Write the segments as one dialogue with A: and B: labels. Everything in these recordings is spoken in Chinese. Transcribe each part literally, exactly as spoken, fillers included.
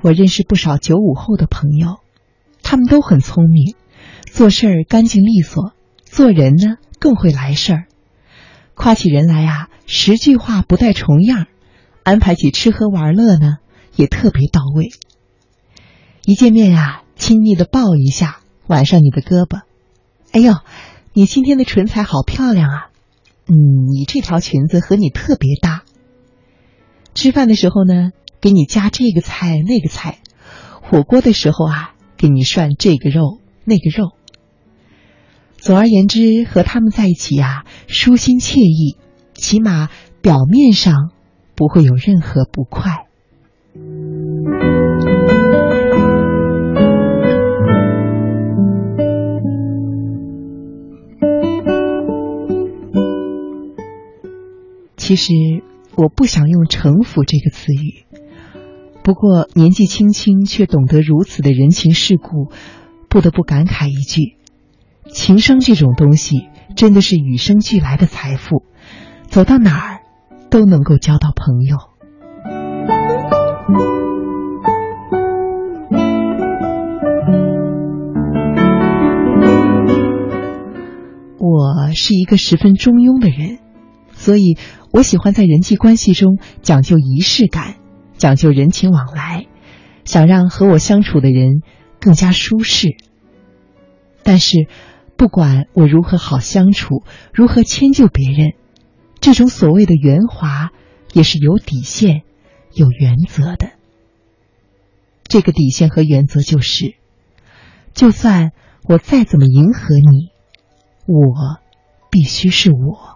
A: 我认识不少九五后的朋友，他们都很聪明，做事儿干净利索，做人呢更会来事儿。夸起人来啊，十句话不带重样，安排起吃喝玩乐呢也特别到位。一见面啊，亲昵的抱一下，挽上你的胳膊，哎呦，你今天的唇彩好漂亮啊，嗯，你这条裙子和你特别搭。吃饭的时候呢，给你加这个菜那个菜，火锅的时候啊，给你涮这个肉那个肉。总而言之，和他们在一起啊，舒心惬意，起码表面上不会有任何不快。其实我不想用城府这个词语，不过年纪轻轻却懂得如此的人情世故，不得不感慨一句，情商这种东西真的是与生俱来的财富，走到哪儿都能够交到朋友。我是一个十分中庸的人，所以我喜欢在人际关系中讲究仪式感，讲究人情往来，想让和我相处的人更加舒适。但是不管我如何好相处，如何迁就别人，这种所谓的圆滑也是有底线有原则的。这个底线和原则就是，就算我再怎么迎合你，我必须是我。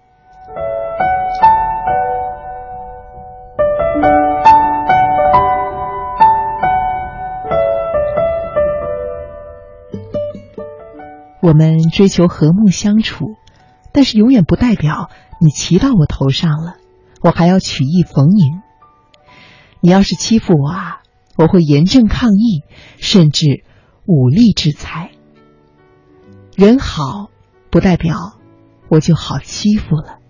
A: 我们追求和睦相处，但是永远不代表你骑到我头上了，我还要曲意逢迎。你要是欺负我啊，我会严正抗议，甚至武力制裁。人好不代表我就好欺负了。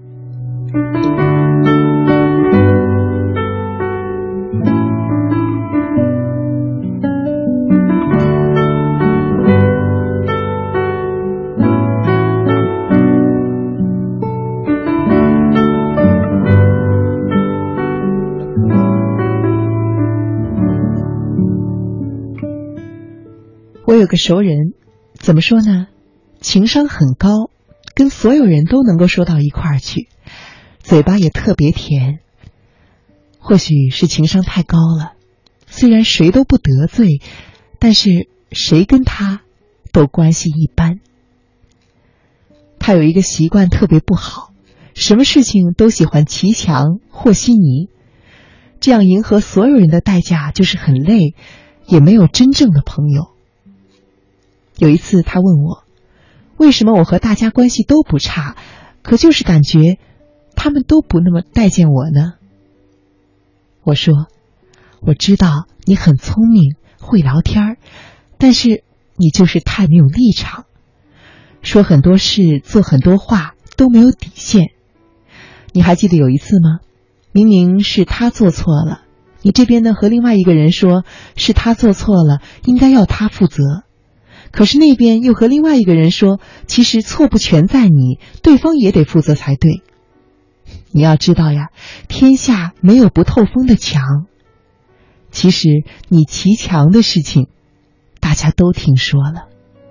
A: 我有个熟人，怎么说呢？情商很高，跟所有人都能够说到一块儿去，嘴巴也特别甜。或许是情商太高了，虽然谁都不得罪，但是谁跟他都关系一般。他有一个习惯特别不好，什么事情都喜欢骑墙和稀泥，这样迎合所有人的代价就是很累，也没有真正的朋友。有一次他问我，为什么我和大家关系都不差，可就是感觉他们都不那么待见我呢？我说，我知道你很聪明，会聊天，但是你就是太没有立场，说很多事做很多话都没有底线。你还记得有一次吗？明明是他做错了，你这边呢和另外一个人说是他做错了，应该要他负责，可是那边又和另外一个人说，其实错不全在你，对方也得负责才对。你要知道呀，天下没有不透风的墙。其实你骑墙的事情，大家都听说了。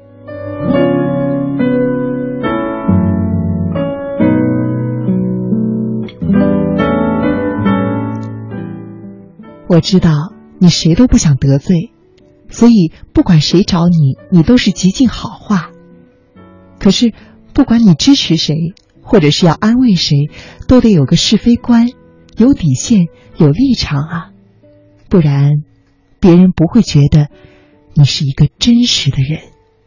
A: 我知道你谁都不想得罪，所以不管谁找你，你都是极尽好话。可是不管你支持谁，或者是要安慰谁，都得有个是非观，有底线，有立场啊，不然别人不会觉得你是一个真实的人。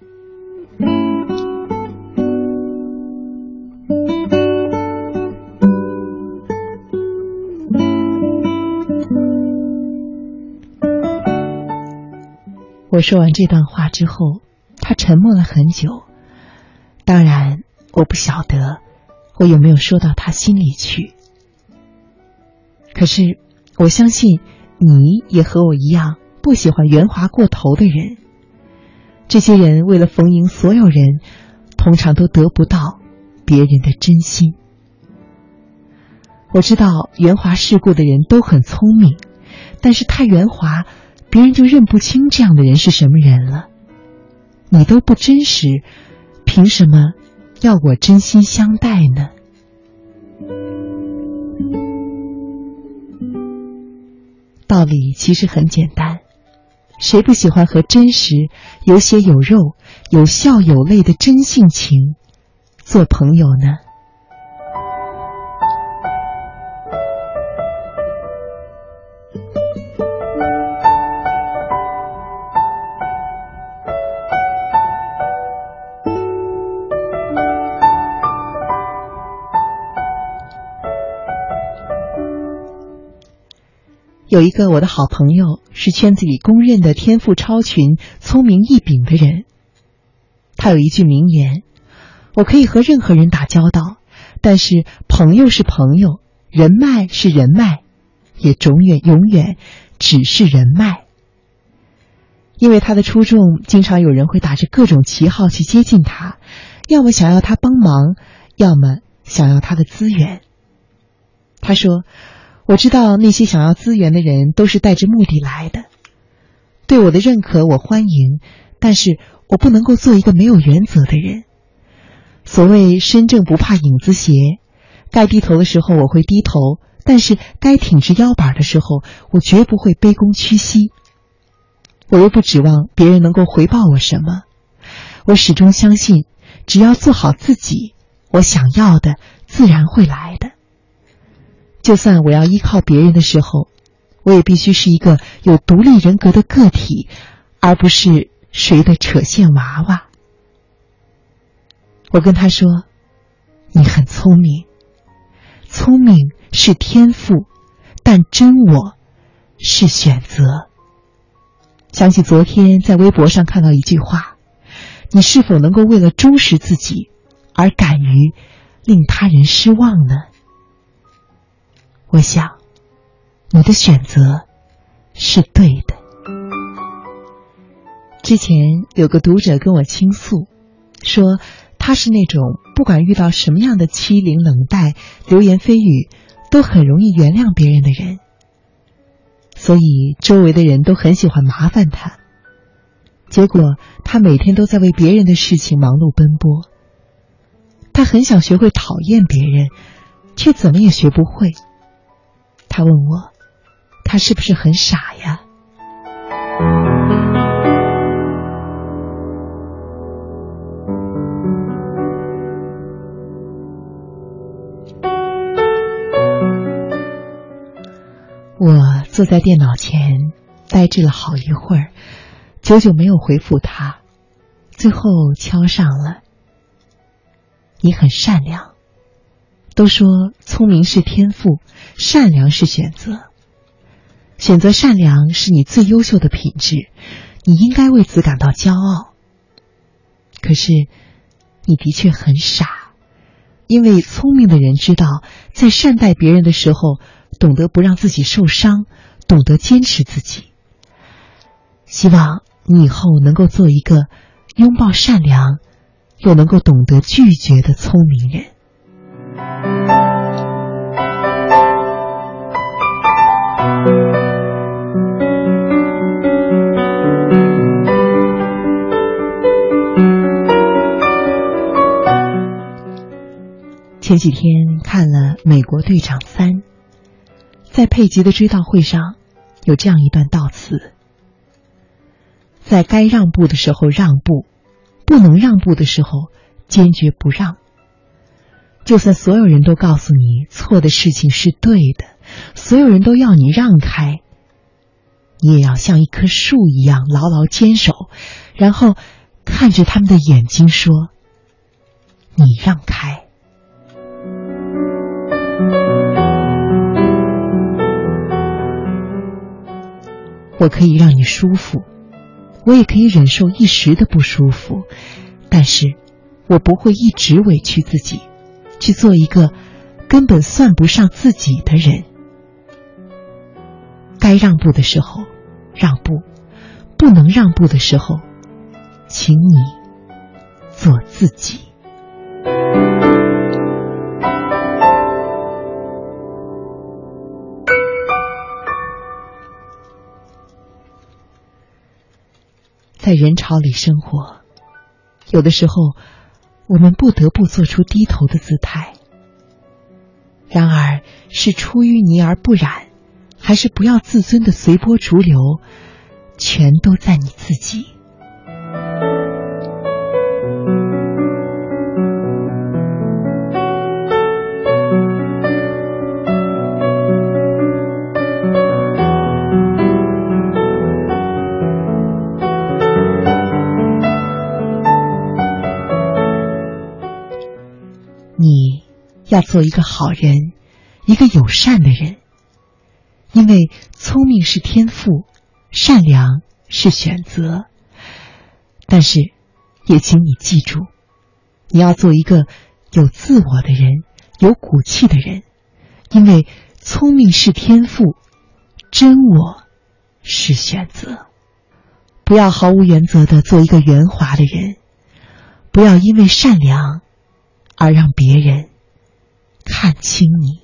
A: 我说完这段话之后，他沉默了很久。当然，我不晓得我有没有说到他心里去。可是，我相信你也和我一样不喜欢圆滑过头的人。这些人为了逢迎所有人，通常都得不到别人的真心。我知道圆滑世故的人都很聪明，但是太圆滑，别人就认不清这样的人是什么人了。你都不真实，凭什么要我真心相待呢？道理其实很简单，谁不喜欢和真实、有血有肉、有笑有泪的真性情做朋友呢？有一个我的好朋友，是圈子里公认的天赋超群、聪明异禀的人。他有一句名言：我可以和任何人打交道，但是朋友是朋友，人脉是人脉，也永远永远只是人脉。因为他的出众，经常有人会打着各种旗号去接近他，要么想要他帮忙，要么想要他的资源。他说，我知道那些想要资源的人都是带着目的来的，对我的认可我欢迎，但是我不能够做一个没有原则的人。所谓身正不怕影子斜，该低头的时候我会低头，但是该挺直腰板的时候，我绝不会卑躬屈膝。我又不指望别人能够回报我什么，我始终相信，只要做好自己，我想要的自然会来的。就算我要依靠别人的时候，我也必须是一个有独立人格的个体，而不是谁的扯线娃娃。我跟他说，你很聪明，聪明是天赋，但真我是选择。想起昨天在微博上看到一句话，你是否能够为了忠实自己而敢于令他人失望呢？我想，你的选择是对的。之前有个读者跟我倾诉，说他是那种不管遇到什么样的欺凌冷待、流言蜚语，都很容易原谅别人的人，所以周围的人都很喜欢麻烦他。结果他每天都在为别人的事情忙碌奔波。他很想学会讨厌别人，却怎么也学不会。他问我，他是不是很傻呀？我坐在电脑前呆滞了好一会儿，久久没有回复他，最后敲上了。你很善良，都说聪明是天赋，善良是选择。选择善良是你最优秀的品质，你应该为此感到骄傲。可是你的确很傻，因为聪明的人知道，在善待别人的时候，懂得不让自己受伤，懂得坚持自己。希望你以后能够做一个拥抱善良，又能够懂得拒绝的聪明人。前几天看了《美国队长三》，在佩吉的追悼会上有这样一段悼词：在该让步的时候让步，不能让步的时候坚决不让。就算所有人都告诉你错的事情是对的，所有人都要你让开，你也要像一棵树一样牢牢坚守，然后看着他们的眼睛说，你让开。我可以让你舒服，我也可以忍受一时的不舒服，但是我不会一直委屈自己，去做一个根本算不上自己的人。 该让步的时候让步，不能让步的时候，请你做自己。在人潮里生活，有的时候我们不得不做出低头的姿态。然而是出淤泥而不染，还是不要自尊的随波逐流，全都在你自己。你要做一个好人，一个友善的人，因为聪明是天赋，善良是选择。但是也请你记住，你要做一个有自我的人，有骨气的人，因为聪明是天赋，真我是选择。不要毫无原则地做一个圆滑的人，不要因为善良而让别人看清你。